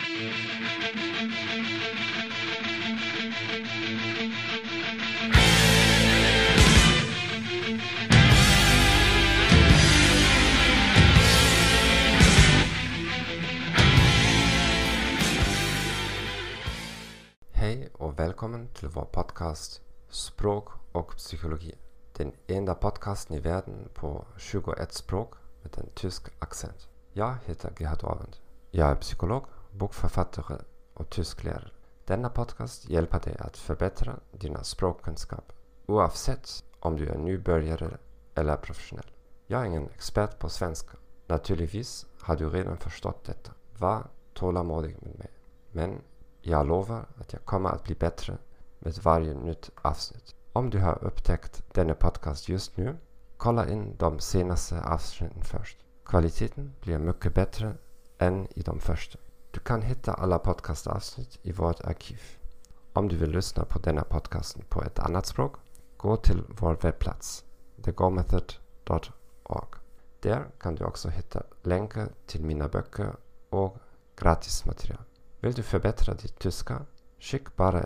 Hej och välkommen till vår podcast Språk och psykologi. Den enda podcasten i världen på 21 språk med en tysk accent. Jag heter Gerhard Orwand. Jag är psykolog, bokförfattare och tysklärare. Denna podcast hjälper dig att förbättra dina språkkunskaper, oavsett om du är nybörjare eller professionell. Jag är ingen expert på svenska. Naturligtvis har du redan förstått detta. Var tålamodig med mig. Men jag lovar att jag kommer att bli bättre med varje nytt avsnitt. Om du har upptäckt denna podcast just nu, kolla in de senaste avsnitten först. Kvaliteten blir mycket bättre än i de första. Du kan hitta alla podcastavsnitt i vårt arkiv. Om du vill lyssna på denna podcasten på ett annat språk, gå till vår webbplats thegomethod.org. Där kan du också hitta länkar till mina böcker och gratismaterial. Vill du förbättra ditt tyska? Skick bara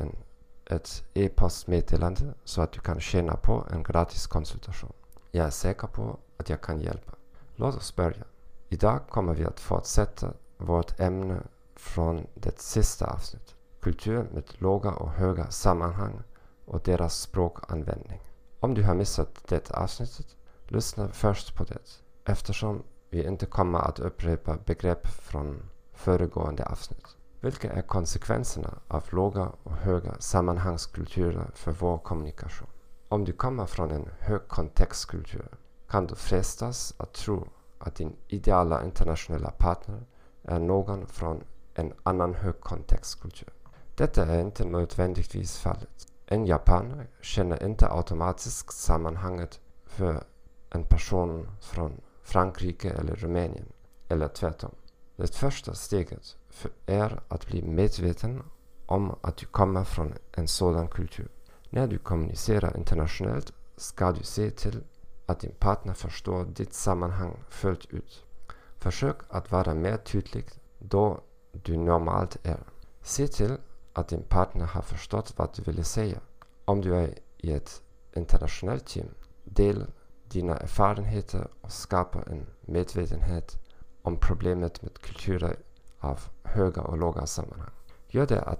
ett e-postmeddelande så att du kan tjäna på en gratis konsultation. Jag är säker på att jag kan hjälpa. Låt oss börja. Idag kommer vi att fortsätta vårt ämne från det sista avsnittet. Kultur med låga och höga sammanhang och deras språkanvändning. Om du har missat det avsnittet, lyssna först på det, eftersom vi inte kommer att upprepa begrepp från föregående avsnitt. Vilka är konsekvenserna av låga och höga sammanhangskulturer för vår kommunikation? Om du kommer från en högkontextkultur kan du frestas att tro att din ideala internationella partner är någon från en annan högkontextkultur. Detta är inte nödvändigtvis fallet. En japaner känner inte automatiskt sammanhanget för en person från Frankrike eller Rumänien, eller tvärtom. Det första steget är att bli medveten om att du kommer från en sådan kultur. När du kommunicerar internationellt ska du se till att din partner förstår ditt sammanhang fullt ut. Försök att vara mer tydlig då du normalt är. Se till att din partner har förstått vad du vill säga. Om du är i ett internationellt team, del dina erfarenheter och skapa en medvetenhet om problemet med kulturer av höga och låga sammanhang. Gör det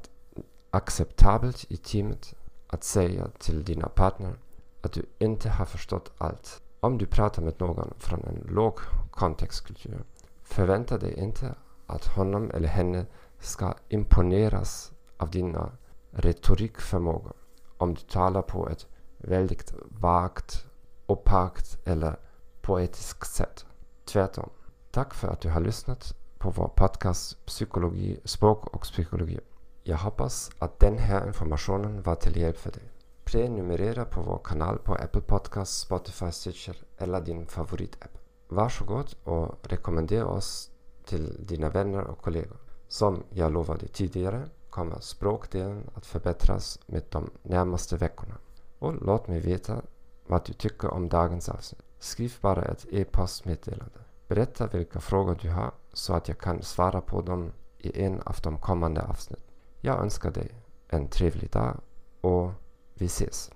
acceptabelt i teamet att säga till dina partner att du inte har förstått allt. Om du pratar med någon från en låg kontextkultur, förvänta dig inte att honom eller henne ska imponeras av dina retorikförmågor. Om du talar på ett väldigt vagt, opakt eller poetiskt sätt. Tvärtom. Tack för att du har lyssnat på vår podcast Psykologi, språk och psykologi. Jag hoppas att den här informationen var till hjälp för dig. Prenumerera på vår kanal på Apple Podcasts, Spotify, Stitcher eller din favoritapp. Varsågod och rekommendera oss till dina vänner och kollegor. Som jag lovade tidigare kommer språkdelen att förbättras med de närmaste veckorna. Och låt mig veta vad du tycker om dagens avsnitt. Skriv bara ett e-postmeddelande. Berätta vilka frågor du har så att jag kan svara på dem i en av de kommande avsnitt. Jag önskar dig en trevlig dag och vi ses.